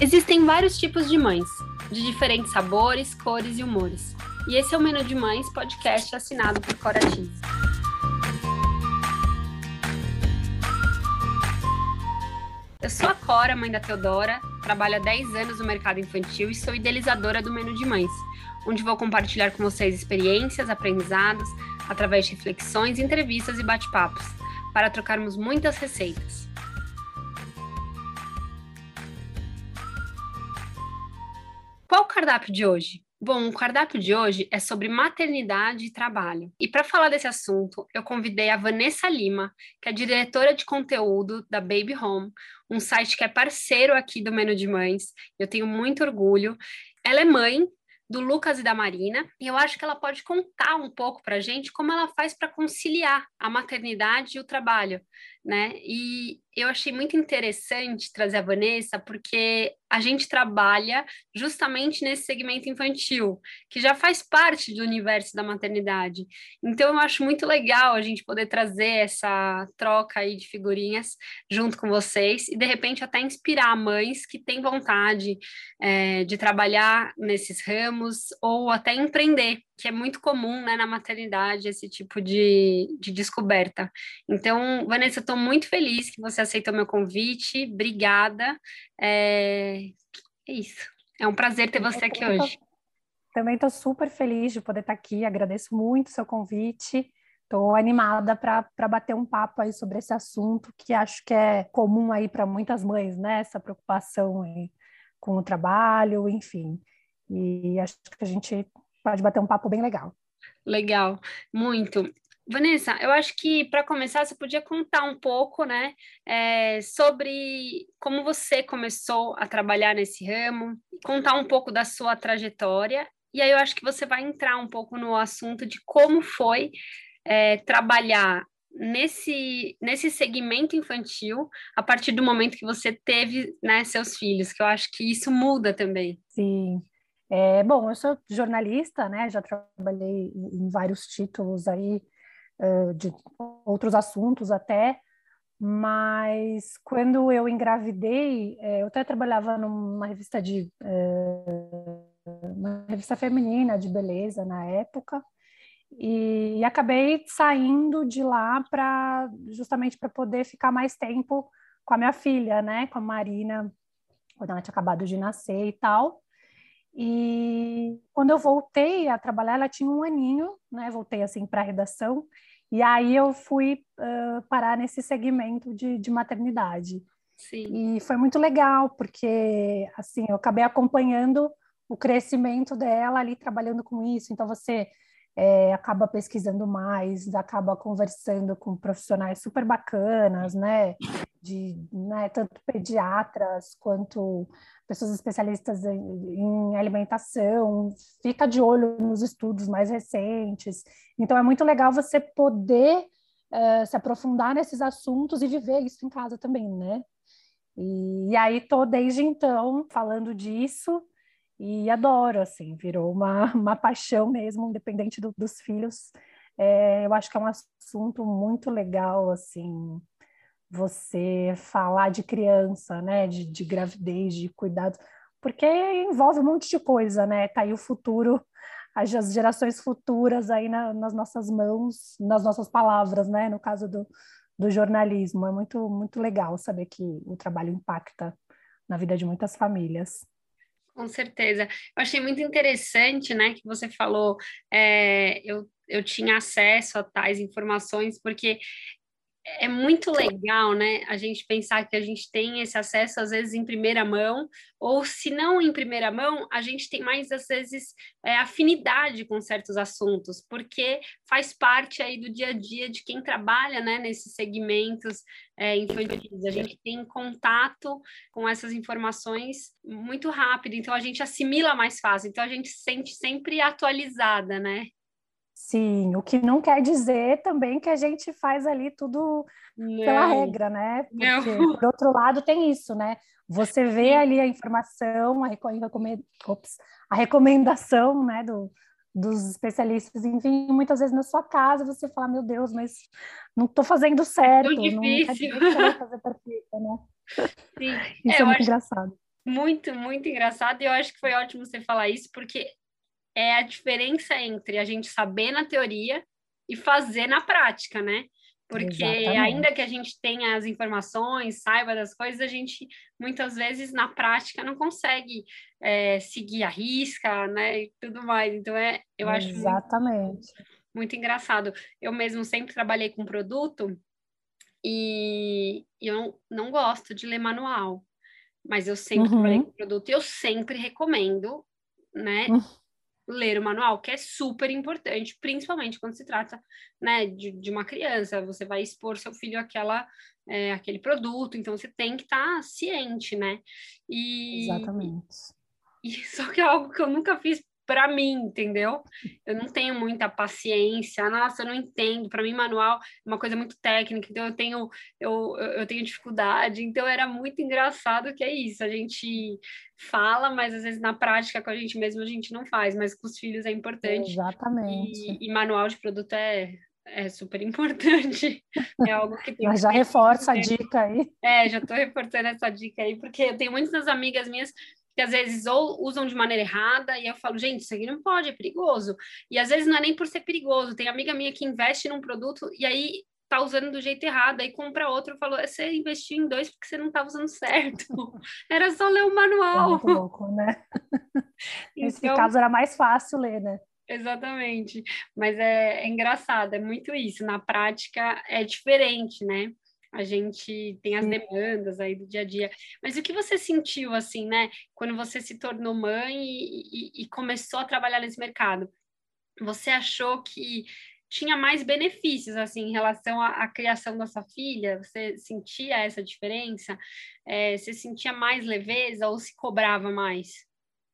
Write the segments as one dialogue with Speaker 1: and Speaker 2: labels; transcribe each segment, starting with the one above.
Speaker 1: Existem vários tipos de mães, de diferentes sabores, cores e humores. E esse é o Menu de Mães, podcast assinado por Cora Cheese. Eu sou a Cora, mãe da Teodora, trabalho há 10 anos no mercado infantil e sou idealizadora do Menu de Mães, onde vou compartilhar com vocês experiências, aprendizados, através de reflexões, entrevistas e bate-papos, para trocarmos muitas receitas. Qual o cardápio de hoje? Bom, o cardápio de hoje é sobre maternidade e trabalho. E para falar desse assunto, eu convidei a Vanessa Lima, que é diretora de conteúdo da Baby Home, um site que é parceiro aqui do Menu de Mães. Eu tenho muito orgulho. Ela é mãe do Lucas e da Marina, e eu acho que ela pode contar um pouco para a gente como ela faz para conciliar a maternidade e o trabalho, né? E eu achei muito interessante trazer a Vanessa, porque a gente trabalha justamente nesse segmento infantil, que já faz parte do universo da maternidade. Então, eu acho muito legal a gente poder trazer essa troca aí de figurinhas junto com vocês e, de repente, até inspirar mães que têm vontade de trabalhar nesses ramos ou até empreender, que é muito comum, né, na maternidade, esse tipo de descoberta. Então, Vanessa, estou muito feliz que você aceitou meu convite. Obrigada. É isso. É um prazer ter você aqui hoje.
Speaker 2: Também estou super feliz de poder estar aqui. Agradeço muito o seu convite. Estou animada para bater um papo aí sobre esse assunto que acho que é comum aí para muitas mães, né? Essa preocupação aí com o trabalho, enfim. E acho que a gente pode bater um papo bem legal.
Speaker 1: Legal, muito. Vanessa, eu acho que para começar você podia contar um pouco, né, sobre como você começou a trabalhar nesse ramo, contar um pouco da sua trajetória, e aí eu acho que você vai entrar um pouco no assunto de como foi trabalhar nesse segmento infantil a partir do momento que você teve, né, seus filhos, que eu acho que isso muda também.
Speaker 2: Sim. Bom, eu sou jornalista, né? Já trabalhei em vários títulos aí, de outros assuntos até. Mas quando eu engravidei, eu até trabalhava numa revista uma revista feminina de beleza na época, e acabei saindo de lá para justamente para poder ficar mais tempo com a minha filha, né, com a Marina, quando ela tinha acabado de nascer e tal. E quando eu voltei a trabalhar, ela tinha um aninho, né? Voltei assim para a redação, e aí eu fui parar nesse segmento de maternidade.
Speaker 1: Sim.
Speaker 2: E foi muito legal, porque assim, eu acabei acompanhando o crescimento dela ali trabalhando com isso. Então você acaba pesquisando mais, acaba conversando com profissionais super bacanas, né? Né, tanto pediatras quanto pessoas especialistas em alimentação, fica de olho nos estudos mais recentes. Então é muito legal você poder se aprofundar nesses assuntos e viver isso em casa também, né? E aí tô desde então falando disso e adoro, assim, virou uma paixão mesmo, independente dos filhos. Eu acho que é um assunto muito legal, assim, você falar de criança, né, de gravidez, de cuidados, porque envolve um monte de coisa, né? Tá aí o futuro, as gerações futuras aí nas nossas mãos, nas nossas palavras, né? No caso do jornalismo, é muito, muito legal saber que o trabalho impacta na vida de muitas famílias.
Speaker 1: Com certeza. Eu achei muito interessante, né, que você falou, eu tinha acesso a tais informações, porque é muito legal, né, a gente pensar que a gente tem esse acesso, às vezes, em primeira mão, ou se não em primeira mão, a gente tem mais, às vezes, afinidade com certos assuntos, porque faz parte aí do dia a dia de quem trabalha, né, nesses segmentos infantis. A gente tem contato com essas informações muito rápido, então a gente assimila mais fácil, então a gente se sente sempre atualizada, né?
Speaker 2: Sim, o que não quer dizer também que a gente faz ali tudo pela
Speaker 1: Não,
Speaker 2: regra, né?
Speaker 1: não.
Speaker 2: Porque, por outro lado, tem isso, né? Você vê
Speaker 1: Sim.
Speaker 2: ali a informação, a recomendação, né, dos especialistas, enfim, muitas vezes na sua casa você fala, meu Deus, mas não estou fazendo
Speaker 1: É tão
Speaker 2: certo, não quer
Speaker 1: difícil.
Speaker 2: dizer que você vai fazer perfeito, né?
Speaker 1: Sim,
Speaker 2: Isso é
Speaker 1: eu
Speaker 2: muito
Speaker 1: acho,
Speaker 2: engraçado.
Speaker 1: Muito, muito engraçado, e eu acho que foi ótimo você falar isso, porque é a diferença entre a gente saber na teoria e fazer na prática, né? Porque ainda
Speaker 2: Exatamente.
Speaker 1: que a gente tenha as informações, saiba das coisas, a gente muitas vezes na prática não consegue seguir a risca, né? E tudo mais. Então eu acho muito,
Speaker 2: Exatamente.
Speaker 1: muito engraçado. Eu mesmo sempre trabalhei com produto e eu não gosto de ler manual, mas eu sempre trabalhei com
Speaker 2: Uhum.
Speaker 1: produto e eu sempre recomendo, né, ler o manual, que é super importante, principalmente quando se trata, né, de uma criança. Você vai expor seu filho aquele produto, então você tem que estar ciente, né? E,
Speaker 2: Exatamente.
Speaker 1: só que é algo que eu nunca fiz para mim, entendeu? Eu não tenho muita paciência. Nossa, eu não entendo. Para mim, manual é uma coisa muito técnica, então eu tenho dificuldade. Então era muito engraçado que é isso. A gente fala, mas às vezes na prática com a gente mesmo a gente não faz, mas com os filhos é importante.
Speaker 2: Exatamente.
Speaker 1: E manual de produto é super importante. É algo que tem que
Speaker 2: Mas já
Speaker 1: ser
Speaker 2: reforça a
Speaker 1: lido.
Speaker 2: dica aí.
Speaker 1: Já estou reportando essa dica aí, porque eu tenho muitas amigas minhas que às vezes ou usam de maneira errada, e eu falo, gente, isso aqui não pode, é perigoso. E às vezes não é nem por ser perigoso. Tem amiga minha que investe num produto e aí tá usando do jeito errado, aí compra outro, falou, você investiu em dois porque você não estava usando certo. Era só ler o
Speaker 2: É
Speaker 1: manual.
Speaker 2: muito louco, né? Nesse
Speaker 1: Então,
Speaker 2: caso era mais fácil ler, né?
Speaker 1: exatamente. Mas é engraçado, é muito isso. Na prática é diferente, né? A gente tem as
Speaker 2: Sim.
Speaker 1: demandas aí do dia a dia. Mas o que você sentiu, assim, né? Quando você se tornou mãe e começou a trabalhar nesse mercado? Você achou que tinha mais benefícios, assim, em relação à criação da sua filha? Você sentia essa diferença? Você sentia mais leveza ou se cobrava mais?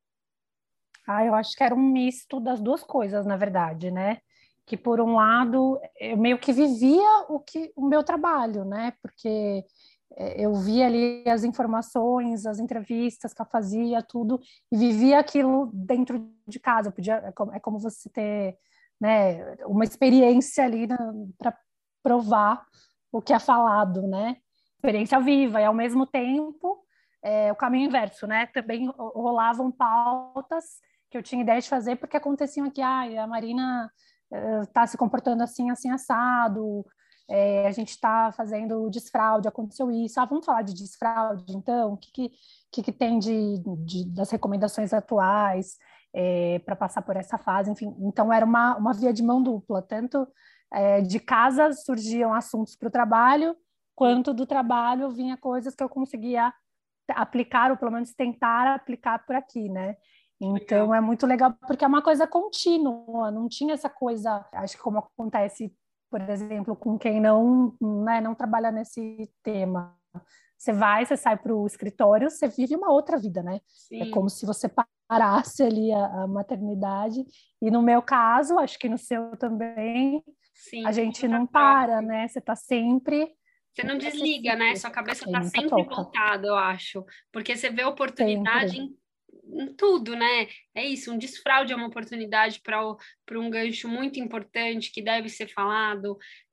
Speaker 2: Ah, eu acho que era um misto das duas coisas, na verdade, né? Que por um lado eu meio que vivia o meu trabalho, né? Porque eu via ali as informações, as entrevistas que eu fazia, tudo, e vivia aquilo dentro de casa. É como você ter, né, uma experiência ali para provar o que é falado, né? Experiência viva, e ao mesmo tempo o caminho inverso, né? Também rolavam pautas que eu tinha ideia de fazer porque aconteciam aqui, a Marina está se comportando assim, assim, assado, a gente está fazendo desfraude, aconteceu isso, vamos falar de desfraude, então, o que tem das recomendações atuais para passar por essa fase, enfim, então era uma via de mão dupla, tanto de casa surgiam assuntos para o trabalho, quanto do trabalho vinha coisas que eu conseguia aplicar, ou pelo menos tentar aplicar por aqui, né?
Speaker 1: Legal.
Speaker 2: Então é muito legal porque é uma coisa contínua, não tinha essa coisa, acho que como acontece, por exemplo, com quem não, né, não trabalha nesse tema. Você sai para o escritório, você vive uma outra vida, né? É como
Speaker 1: Sim,
Speaker 2: se você parasse ali a maternidade. E no meu caso, acho que no seu também, a
Speaker 1: sim, tem
Speaker 2: gente
Speaker 1: muita
Speaker 2: não para,
Speaker 1: troca.
Speaker 2: né? Você está sempre
Speaker 1: Você não
Speaker 2: nesse
Speaker 1: desliga, né?
Speaker 2: ciclo.
Speaker 1: Sua cabeça
Speaker 2: Tem
Speaker 1: está
Speaker 2: muita
Speaker 1: sempre
Speaker 2: troca,
Speaker 1: voltada, eu acho, porque você vê
Speaker 2: sempre.
Speaker 1: oportunidade em tudo, né? É isso, um desfraude é uma oportunidade para um gancho muito importante que deve ser falado.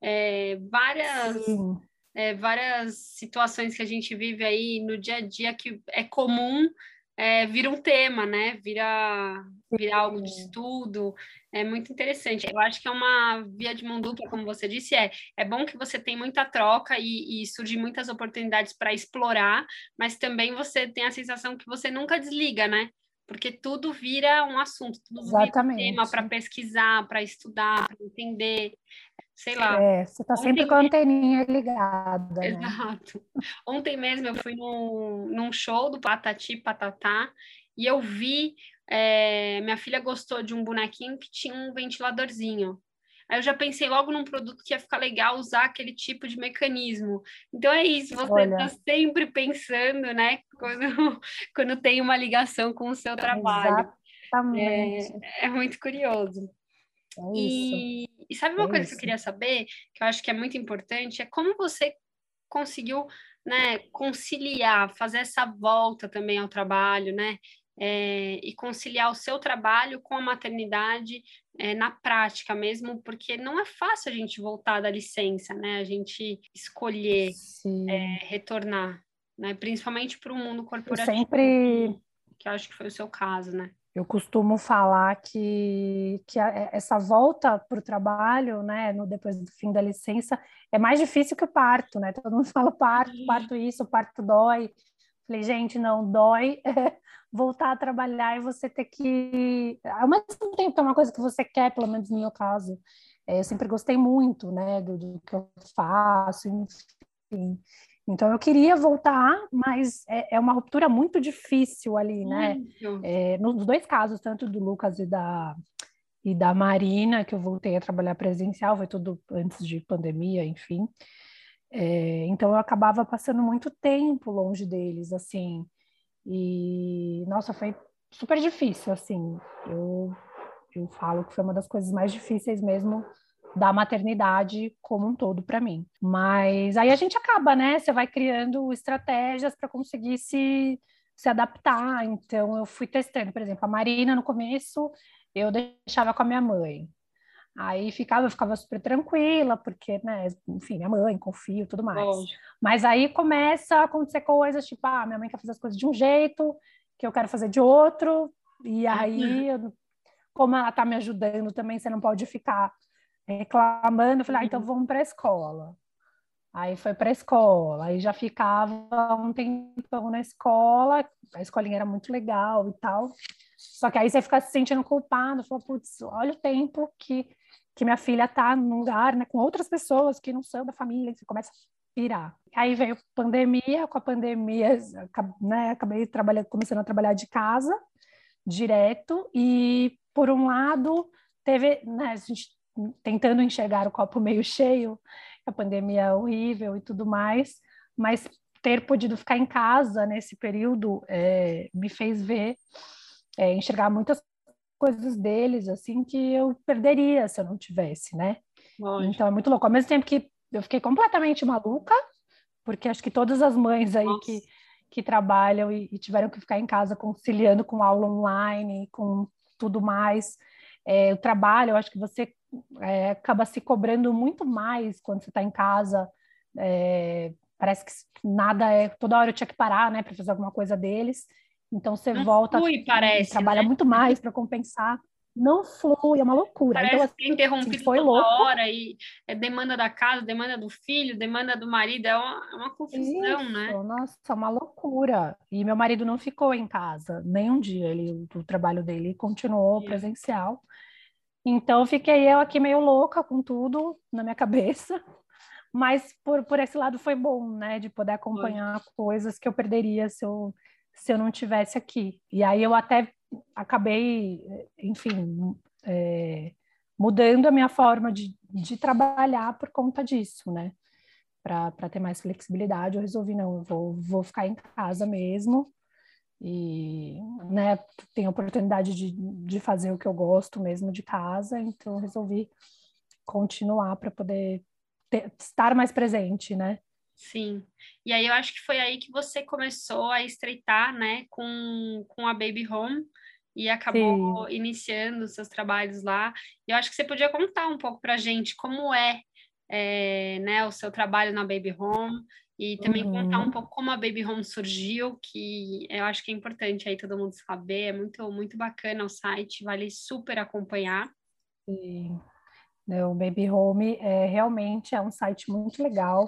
Speaker 2: Sim,
Speaker 1: Várias situações que a gente vive aí no dia a dia que é comum, vira um tema, né? Vira algo de
Speaker 2: sim,
Speaker 1: estudo. É muito interessante. Eu acho que é uma via de mão dupla, como você disse, é bom que você tem muita troca e surgem muitas oportunidades para explorar, mas também você tem a sensação que você nunca desliga, né? Porque tudo vira um assunto, tudo vira um tema para
Speaker 2: exatamente.
Speaker 1: pesquisar, para estudar, para entender, sei lá.
Speaker 2: Você está sempre
Speaker 1: Ontem
Speaker 2: com a anteninha ligada, né?
Speaker 1: Exato. Ontem mesmo eu fui num show do Patati Patatá e eu vi, minha filha gostou de um bonequinho que tinha um ventiladorzinho. Aí eu já pensei logo num produto que ia ficar legal usar aquele tipo de mecanismo. Então é isso, você está
Speaker 2: Olha,
Speaker 1: sempre pensando, né, quando tem uma ligação com o seu trabalho.
Speaker 2: exatamente.
Speaker 1: É muito curioso.
Speaker 2: É isso,
Speaker 1: E sabe uma
Speaker 2: é
Speaker 1: coisa que eu
Speaker 2: isso.
Speaker 1: queria saber, que eu acho que é muito importante, é como você conseguiu, né, conciliar, fazer essa volta também ao trabalho, né, e conciliar o seu trabalho com a maternidade, na prática mesmo, porque não é fácil a gente voltar da licença, né, a gente escolher,
Speaker 2: Sim.
Speaker 1: retornar. né? Principalmente para o mundo
Speaker 2: Eu
Speaker 1: corporativo,
Speaker 2: sempre
Speaker 1: que eu acho que foi o seu caso, né?
Speaker 2: Eu costumo falar que essa volta para o trabalho, né, depois do fim da licença, é mais difícil que o parto, né? Todo mundo fala parto, parto isso, parto dói. Falei, gente, não, dói voltar a trabalhar e você ter que... Ao mesmo tempo que é uma coisa que você quer, pelo menos no meu caso. Eu sempre gostei muito, né, do que eu faço, enfim. Então, eu queria voltar, mas é uma ruptura muito difícil ali, né?
Speaker 1: Muito.
Speaker 2: Nos dois casos, tanto do Lucas e da Marina, que eu voltei a trabalhar presencial, foi tudo antes de pandemia, enfim. Então, eu acabava passando muito tempo longe deles, assim. E, nossa, foi super difícil, assim. Eu falo que foi uma das coisas mais difíceis mesmo da maternidade como um todo para mim. Mas aí a gente acaba, né? Você vai criando estratégias para conseguir se adaptar. Então eu fui testando, por exemplo, a Marina no começo eu deixava com a minha mãe. Aí eu ficava super tranquila, porque, né, enfim, minha mãe, confio e tudo mais.
Speaker 1: Lógico.
Speaker 2: Mas aí começa a acontecer coisas tipo, minha mãe quer fazer as coisas de um jeito, que eu quero fazer de outro, e aí, como ela tá me ajudando também, você não pode ficar reclamando. Eu falei, então vamos para a escola. Aí foi para a escola, aí já ficava um tempão na escola, a escolinha era muito legal e tal. Só que aí você fica se sentindo culpado, fala, putz, olha o tempo que minha filha tá num lugar, né, com outras pessoas que não são da família, e você começa a pirar. Aí veio pandemia, com a pandemia, né, acabei começando a trabalhar de casa direto, e por um lado teve, né, a gente tentando enxergar o copo meio cheio, a pandemia é horrível e tudo mais, mas ter podido ficar em casa nesse período me fez ver, enxergar muitas coisas deles, assim, que eu perderia se eu não tivesse, né?
Speaker 1: Lógico.
Speaker 2: Então é muito louco. Ao mesmo tempo que eu fiquei completamente maluca, porque acho que todas as mães aí que trabalham e tiveram que ficar em casa conciliando com aula online, com tudo mais, o trabalho, eu acho que você acaba se cobrando muito mais quando você está em casa. Parece que nada toda hora eu tinha que parar, né, para fazer alguma coisa deles. Então você
Speaker 1: Não
Speaker 2: volta
Speaker 1: flui,
Speaker 2: e
Speaker 1: parece,
Speaker 2: trabalha
Speaker 1: né?
Speaker 2: muito mais para compensar. Não flui, é uma loucura. Então,
Speaker 1: Parece que é
Speaker 2: assim,
Speaker 1: interrompido
Speaker 2: foi
Speaker 1: toda
Speaker 2: louco.
Speaker 1: hora e é demanda da casa, demanda do filho, demanda do marido, é uma confusão, né?
Speaker 2: Isso, nossa, uma loucura. E meu marido não ficou em casa nem um dia. O trabalho dele continuou presencial. Então, fiquei eu aqui meio louca com tudo na minha cabeça. Mas por esse lado foi bom, né? De poder acompanhar coisas que eu perderia se eu não tivesse aqui. E aí eu até acabei, enfim, mudando a minha forma de trabalhar por conta disso, né? Para ter mais flexibilidade, eu resolvi, não, eu vou ficar em casa mesmo. E, né, tenho a oportunidade de fazer o que eu gosto mesmo de casa, então eu resolvi continuar para poder estar mais presente, né?
Speaker 1: Sim. E aí eu acho que foi aí que você começou a estreitar, né, com a Baby Home e acabou
Speaker 2: Sim.
Speaker 1: iniciando os seus trabalhos lá. E eu acho que você podia contar um pouco para a gente como né, o seu trabalho na Baby Home e também contar um
Speaker 2: Uhum.
Speaker 1: pouco como a Baby Home surgiu, que eu acho que é importante aí todo mundo saber. É muito, muito bacana o site, vale super acompanhar.
Speaker 2: Sim. O Baby Home realmente é um site muito legal.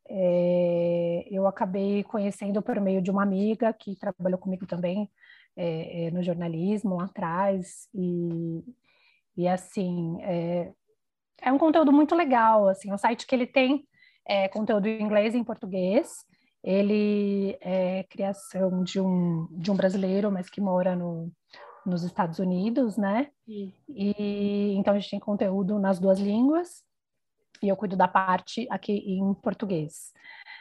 Speaker 2: Eu acabei conhecendo por meio de uma amiga que trabalhou comigo também no jornalismo lá atrás, e assim, é um conteúdo muito legal, assim, é um site que ele tem conteúdo em inglês e em português. Ele é criação de um brasileiro, mas que mora nos Estados Unidos, né?
Speaker 1: Sim.
Speaker 2: E então a gente tem conteúdo nas duas línguas e eu cuido da parte aqui em português.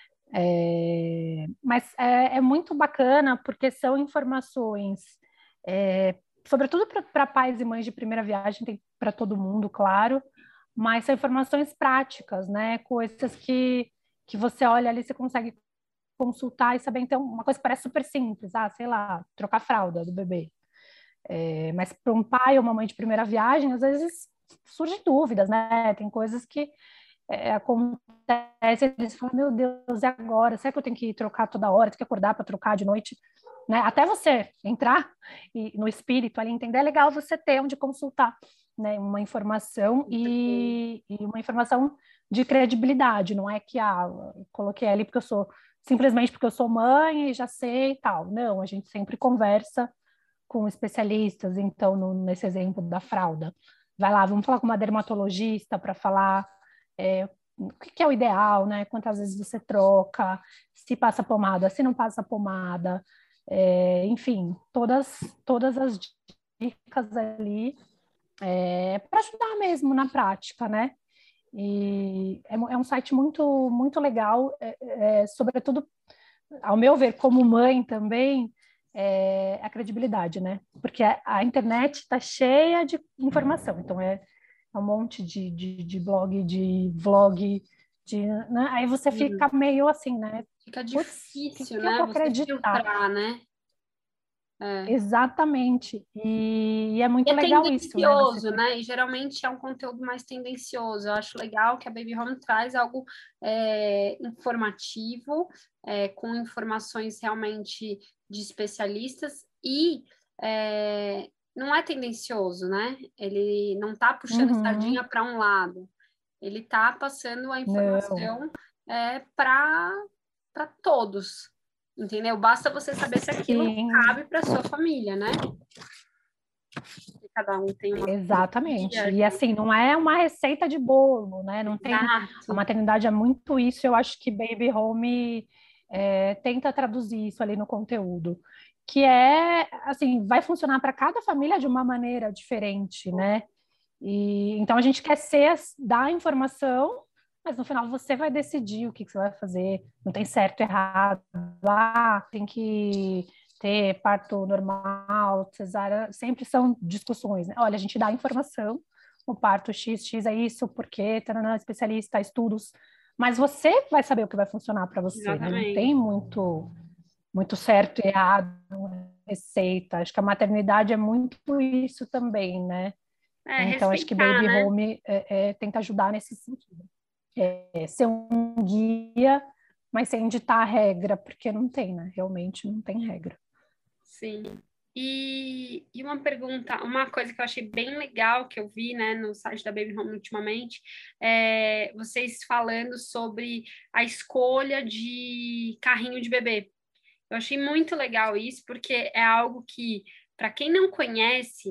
Speaker 2: Mas é muito bacana porque são informações, sobretudo para pais e mães de primeira viagem, tem para todo mundo, claro, mas são informações práticas, né? Coisas que você olha ali, você consegue consultar e saber. Então, uma coisa que parece super simples, sei lá, trocar a fralda do bebê. Mas para um pai ou uma mãe de primeira viagem, às vezes surgem dúvidas, né? Tem coisas acontece, eles falam, meu Deus, e agora? Será que eu tenho que trocar toda hora? Tenho que acordar para trocar de noite? Né? Até você entrar no espírito ali, entender, é legal você ter onde consultar, né? Uma informação e uma informação de credibilidade, não é que eu coloquei ali porque eu sou simplesmente porque eu sou mãe e já sei e tal. Não, a gente sempre conversa com especialistas, então, nesse exemplo da fralda. Vai lá, vamos falar com uma dermatologista para falar o que é o ideal, né? Quantas vezes você troca, se passa pomada, se não passa pomada, enfim, todas as dicas ali para ajudar mesmo na prática, né? E é um site muito, muito legal, sobretudo, ao meu ver, como mãe também, a credibilidade, né? Porque a internet está cheia de informação, então é um monte de blog, de vlog, né? Aí você fica meio assim, né?
Speaker 1: Fica
Speaker 2: Putz,
Speaker 1: difícil,
Speaker 2: que eu
Speaker 1: né?
Speaker 2: vou
Speaker 1: Você
Speaker 2: acreditar?
Speaker 1: filtrar, né? É.
Speaker 2: Exatamente. E é
Speaker 1: E
Speaker 2: muito
Speaker 1: é
Speaker 2: legal isso, né? Você
Speaker 1: tendencioso,
Speaker 2: ter...
Speaker 1: né? E geralmente é um conteúdo mais tendencioso. Eu acho legal que a Baby Home traz algo informativo, com informações realmente de especialistas e não é tendencioso, né? Ele não está puxando
Speaker 2: Uhum.
Speaker 1: sardinha para um lado. Ele está passando a
Speaker 2: Não.
Speaker 1: informação para todos, entendeu? Basta você saber se aquilo
Speaker 2: Sim,
Speaker 1: cabe para sua família, né? Cada um tem uma
Speaker 2: exatamente.
Speaker 1: família.
Speaker 2: E assim, não é uma receita de bolo, né? Não tem. A
Speaker 1: Exato.
Speaker 2: maternidade é muito isso. Eu acho que Baby Home tenta traduzir isso ali no conteúdo, que assim, vai funcionar para cada família de uma maneira diferente, né? E então a gente quer dar informação, mas no final você vai decidir o que você vai fazer. Não tem certo e errado. Tem que ter parto normal, cesárea, sempre são discussões, né? Olha, a gente dá informação, o parto XX é isso, porque taranã, especialista, estudos, mas você vai saber o que vai funcionar para você, né? Não tem
Speaker 1: Exatamente.
Speaker 2: muito certo e errado, receita. Acho que a maternidade é muito isso também, né? Então, acho que
Speaker 1: Respeitar,
Speaker 2: Baby
Speaker 1: né?
Speaker 2: Home tenta ajudar nesse sentido. Ser um guia, mas sem ditar a regra, porque não tem, né? Realmente não tem regra.
Speaker 1: Sim. E uma pergunta, uma coisa que eu achei bem legal que eu vi, né, no site da Baby Home ultimamente, vocês falando sobre a escolha de carrinho de bebê. Eu achei muito legal isso, porque é algo que, para quem não conhece,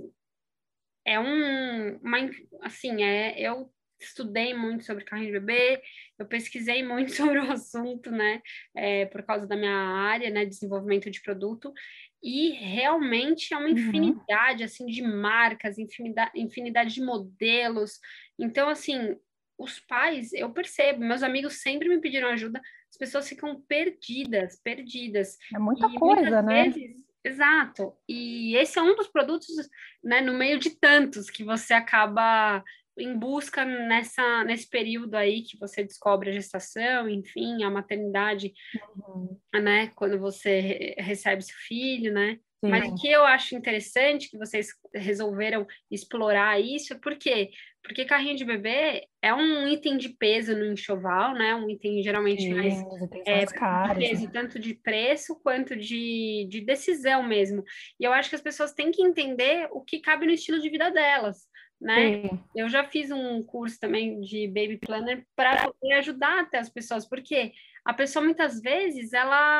Speaker 1: assim, eu estudei muito sobre carrinho de bebê, eu pesquisei muito sobre o assunto, né, por causa da minha área, né, desenvolvimento de produto, e realmente é uma
Speaker 2: Uhum.
Speaker 1: infinidade, assim, de marcas, infinidade de modelos. Então, assim, os pais, eu percebo, meus amigos sempre me pediram ajuda, as pessoas ficam perdidas, perdidas.
Speaker 2: É muita
Speaker 1: E muitas
Speaker 2: coisa, né?
Speaker 1: vezes, exato. E esse é um dos produtos, né, no meio de tantos que você acaba em busca nesse período aí que você descobre a gestação, enfim, a maternidade,
Speaker 2: Uhum.
Speaker 1: né, quando você recebe seu filho, né? Mas o
Speaker 2: Sim,
Speaker 1: que eu acho interessante que vocês resolveram explorar isso é por quê? Porque carrinho de bebê é um item de peso no enxoval, né? Um item geralmente mais
Speaker 2: sim, os itens mais
Speaker 1: de
Speaker 2: caros,
Speaker 1: peso,
Speaker 2: né?
Speaker 1: tanto de preço quanto de decisão mesmo. E eu acho que as pessoas têm que entender o que cabe no estilo de vida delas, né?
Speaker 2: Sim,
Speaker 1: Eu já fiz um curso também de Baby Planner para poder ajudar até as pessoas, porque a pessoa muitas vezes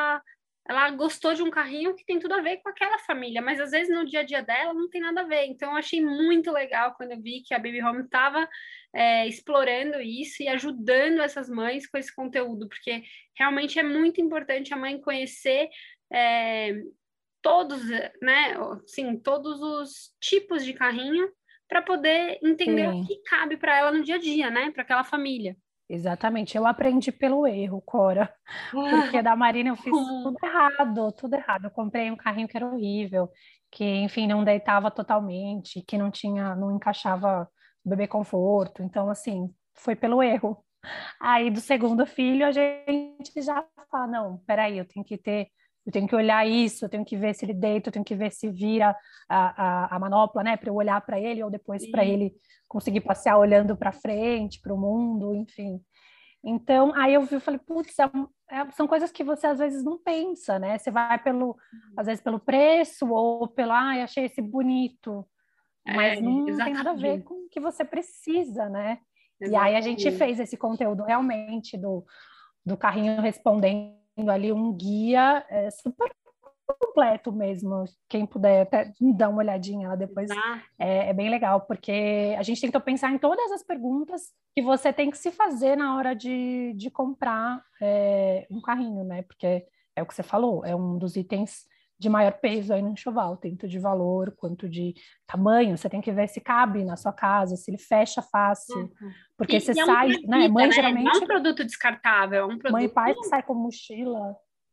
Speaker 1: ela gostou de um carrinho que tem tudo a ver com aquela família, mas às vezes no dia a dia dela não tem nada a ver. Então eu achei muito legal quando eu vi que a Baby Home estava explorando isso e ajudando essas mães com esse conteúdo, porque realmente é muito importante a mãe conhecer é, todos, né, sim, todos os tipos de carrinho para poder entender o
Speaker 2: sim,
Speaker 1: que cabe para ela no dia a dia, né, para aquela família.
Speaker 2: exatamente. Eu aprendi pelo erro, Cora, porque da Marina eu fiz
Speaker 1: Como
Speaker 2: tudo errado, tudo errado. Eu comprei um carrinho que era horrível, que, enfim, não deitava totalmente, que não encaixava o bebê conforto. Então, assim, foi pelo erro. Aí do segundo filho a gente já fala, não, peraí, eu tenho que olhar isso, eu tenho que ver se ele deita, eu tenho que ver se vira a manopla, né, para eu olhar para ele ou depois para ele conseguir passear olhando para frente, para o mundo, enfim. Então, aí eu vi, eu falei, putz, são coisas que você às vezes não pensa, né? Você vai às vezes pelo preço ou pelo, ai, achei esse bonito,
Speaker 1: É,
Speaker 2: mas não tem nada a ver
Speaker 1: exatamente,
Speaker 2: com o que você precisa, né? E aí a gente
Speaker 1: exatamente.
Speaker 2: fez esse conteúdo realmente do carrinho respondendo ali um guia super completo mesmo. Quem puder até dar uma olhadinha lá depois,
Speaker 1: Exato.
Speaker 2: é bem legal, porque a gente tentou pensar em todas as perguntas que você tem que se fazer na hora de comprar um carrinho, né? Porque é o que você falou, é um dos itens de maior peso aí no enxoval, tanto de valor quanto de tamanho. Você tem que ver se cabe na sua casa, se ele fecha fácil.
Speaker 1: Uhum.
Speaker 2: Porque você
Speaker 1: E é um
Speaker 2: sai,
Speaker 1: pra
Speaker 2: né?
Speaker 1: vida,
Speaker 2: Mãe
Speaker 1: né? Não é um
Speaker 2: geralmente,
Speaker 1: produto descartável, é um
Speaker 2: mãe e
Speaker 1: produto,
Speaker 2: pai sai com mochila.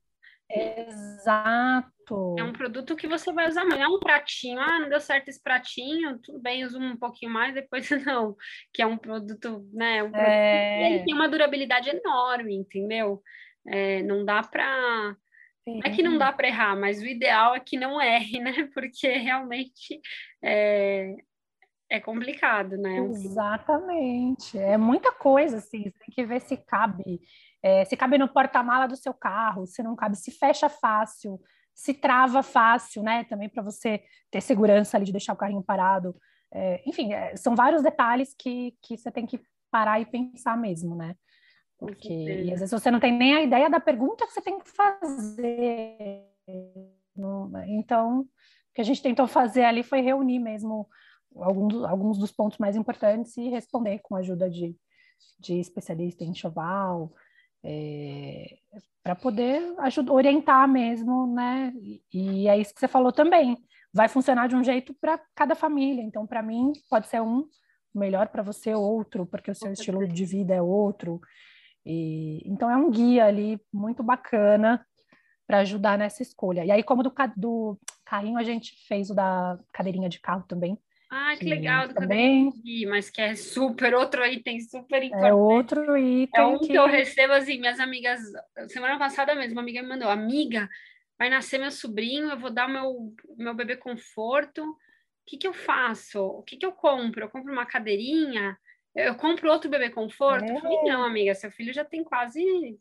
Speaker 1: é um
Speaker 2: Exato.
Speaker 1: produto que você vai usar, mas não é um pratinho, não deu certo esse pratinho, tudo bem, uso um pouquinho mais, depois não, que é um produto, né? Um produto, e ele tem
Speaker 2: É,
Speaker 1: uma durabilidade enorme, entendeu? Não dá para. Não é que não
Speaker 2: sim.
Speaker 1: dá para errar, mas o ideal é que não erre, né? Porque realmente é, é complicado, né?
Speaker 2: Exatamente. É muita coisa, assim. Você tem que ver se cabe. Se cabe no porta-mala do seu carro, se não cabe, se fecha fácil, se trava fácil, né? Também para você ter segurança ali de deixar o carrinho parado. Enfim, são vários detalhes que você tem que parar e pensar mesmo, né?
Speaker 1: Com
Speaker 2: E às
Speaker 1: certeza.
Speaker 2: vezes você não tem nem a ideia da pergunta que você tem que fazer. Então, o que a gente tentou fazer ali foi reunir mesmo alguns dos pontos mais importantes e responder com a ajuda de especialista em enxoval, para poder orientar mesmo, né? E é isso que você falou também. Vai funcionar de um jeito para cada família. Então, para mim, pode ser um melhor para você, outro, porque o
Speaker 1: Com
Speaker 2: seu estilo
Speaker 1: certeza.
Speaker 2: de vida é outro. Então, é um guia ali muito bacana para ajudar nessa escolha. E aí, como do carrinho, a gente fez o da cadeirinha de carro também,
Speaker 1: Ah, que
Speaker 2: que
Speaker 1: legal, do caderno
Speaker 2: também
Speaker 1: de Gui, mas que é super, outro item super
Speaker 2: é
Speaker 1: importante.
Speaker 2: outro
Speaker 1: É
Speaker 2: item
Speaker 1: um que eu
Speaker 2: que
Speaker 1: recebo, assim, minhas amigas, semana passada mesmo, uma amiga me mandou, amiga, vai nascer meu sobrinho, eu vou dar meu bebê conforto, o que que eu faço? O que que eu compro? Eu compro uma cadeirinha? Eu compro outro bebê conforto? Eu falei, não,
Speaker 2: é,
Speaker 1: amiga, seu filho já tem quase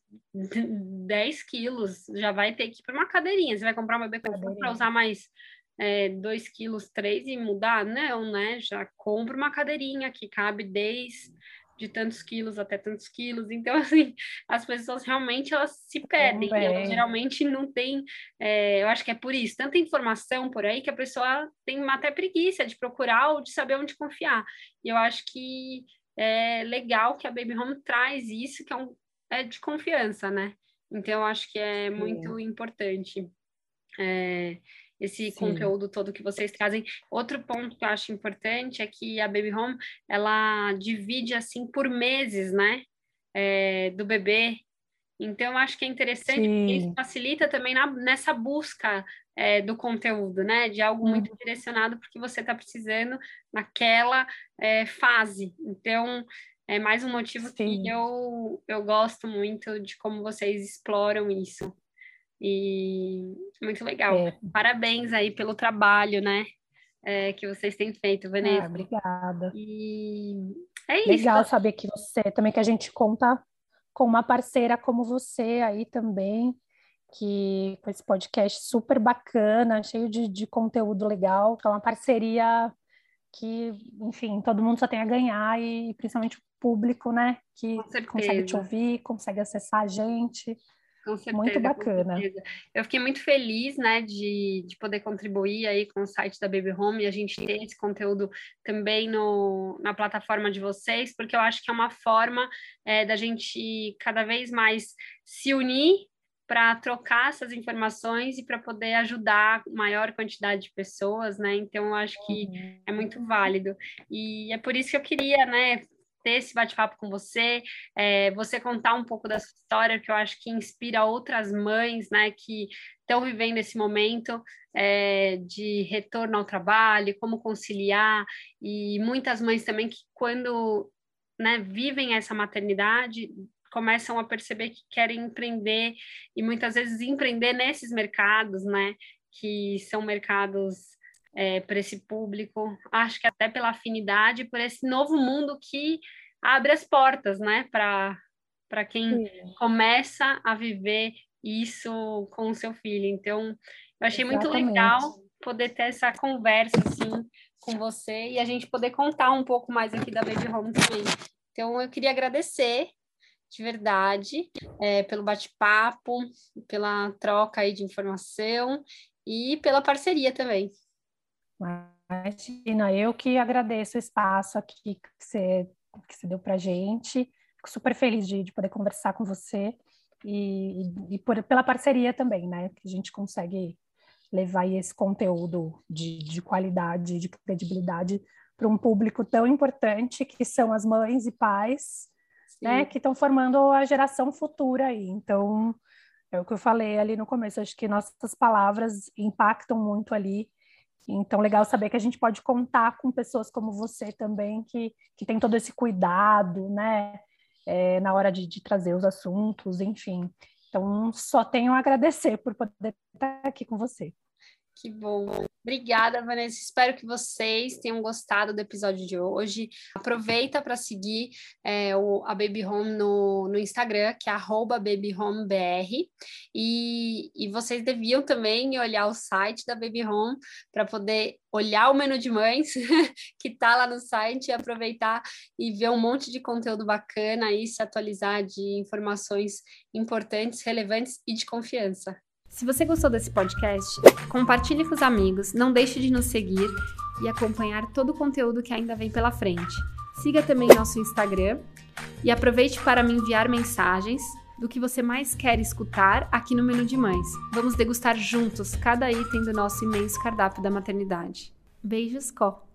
Speaker 1: 10 quilos, já vai ter que ir para uma cadeirinha. Você vai comprar um bebê conforto para
Speaker 2: cadeirinha.
Speaker 1: usar mais 2 quilos, 3 e mudar? Não, né? Já compra uma cadeirinha que cabe desde de tantos quilos até tantos quilos. Então, assim, as pessoas realmente elas se perdem e elas
Speaker 2: Também.
Speaker 1: geralmente não têm. Eu acho que é por isso, tanta informação por aí que a pessoa tem até preguiça de procurar ou de saber onde confiar. E eu acho que é legal que a Baby Home traz isso, que é de confiança, né? Então, eu acho que é muito
Speaker 2: Sim,
Speaker 1: importante esse
Speaker 2: sim.
Speaker 1: conteúdo todo que vocês trazem. Outro ponto que eu acho importante é que a Baby Home, ela divide assim por meses, né? Do bebê. Então, eu acho que é interessante, porque isso
Speaker 2: Sim.
Speaker 1: facilita também nessa busca do conteúdo, né? De algo muito
Speaker 2: Uhum.
Speaker 1: direcionado porque você está precisando naquela fase. Então, é mais um motivo que
Speaker 2: Sim.
Speaker 1: eu gosto muito de como vocês exploram isso. E muito legal.
Speaker 2: É.
Speaker 1: Parabéns aí pelo trabalho, né? Que vocês têm feito,
Speaker 2: Ah,
Speaker 1: Vanessa.
Speaker 2: obrigada.
Speaker 1: E é isso.
Speaker 2: Legal saber que você também, que a gente conta com uma parceira como você aí também, que com esse podcast super bacana, cheio de conteúdo legal. É uma parceria que, enfim, todo mundo só tem a ganhar e principalmente o público, né, que
Speaker 1: Com
Speaker 2: consegue te
Speaker 1: certeza.
Speaker 2: ouvir, consegue acessar a gente.
Speaker 1: Com
Speaker 2: Muito
Speaker 1: certeza, com
Speaker 2: bacana.
Speaker 1: certeza. Eu fiquei muito feliz, né, de poder contribuir aí com o site da Baby Home e a gente ter esse conteúdo também na plataforma de vocês, porque eu acho que é uma forma da gente cada vez mais se unir para trocar essas informações e para poder ajudar a maior quantidade de pessoas, né? Então, eu acho que é muito
Speaker 2: Uhum.
Speaker 1: válido. E é por isso que eu queria, né, ter esse bate-papo com você, você contar um pouco da sua história, que eu acho que inspira outras mães, né, que estão vivendo esse momento de retorno ao trabalho, como conciliar, e muitas mães também que quando, né, vivem essa maternidade começam a perceber que querem empreender e muitas vezes empreender nesses mercados, né, que são mercados para esse público, acho que até pela afinidade, por esse novo mundo que abre as portas, né, para quem
Speaker 2: Sim,
Speaker 1: começa a viver isso com o seu filho. Então, eu achei muito
Speaker 2: exatamente.
Speaker 1: legal poder ter essa conversa assim com você e a gente poder contar um pouco mais aqui da Baby Home também. Então, eu queria agradecer de verdade, pelo bate-papo, pela troca aí de informação e pela parceria também.
Speaker 2: Imagina, eu que agradeço o espaço aqui que você deu para a gente. Fico super feliz de poder conversar com você pela parceria também, né? Que a gente consegue levar aí esse conteúdo de qualidade, de credibilidade para um público tão importante que são as mães e pais, né?
Speaker 1: Sim,
Speaker 2: Que estão formando a geração futura aí. Então, é o que eu falei ali no começo, acho que nossas palavras impactam muito ali. Então, legal saber que a gente pode contar com pessoas como você também, que tem todo esse cuidado, né? Na hora de trazer os assuntos, enfim. Então, só tenho a agradecer por poder estar aqui com você.
Speaker 1: que bom. Obrigada, Vanessa. Espero que vocês tenham gostado do episódio de hoje. Aproveita para seguir a Baby Home no Instagram, que é @babyhomebr. E vocês deviam também olhar o site da Baby Home para poder olhar o menu de mães que está lá no site e aproveitar e ver um monte de conteúdo bacana e se atualizar de informações importantes, relevantes e de confiança. Se você gostou desse podcast, compartilhe com os amigos, não deixe de nos seguir e acompanhar todo o conteúdo que ainda vem pela frente. Siga também nosso Instagram e aproveite para me enviar mensagens do que você mais quer escutar aqui no Menu de Mães. Vamos degustar juntos cada item do nosso imenso cardápio da maternidade. Beijos, Có!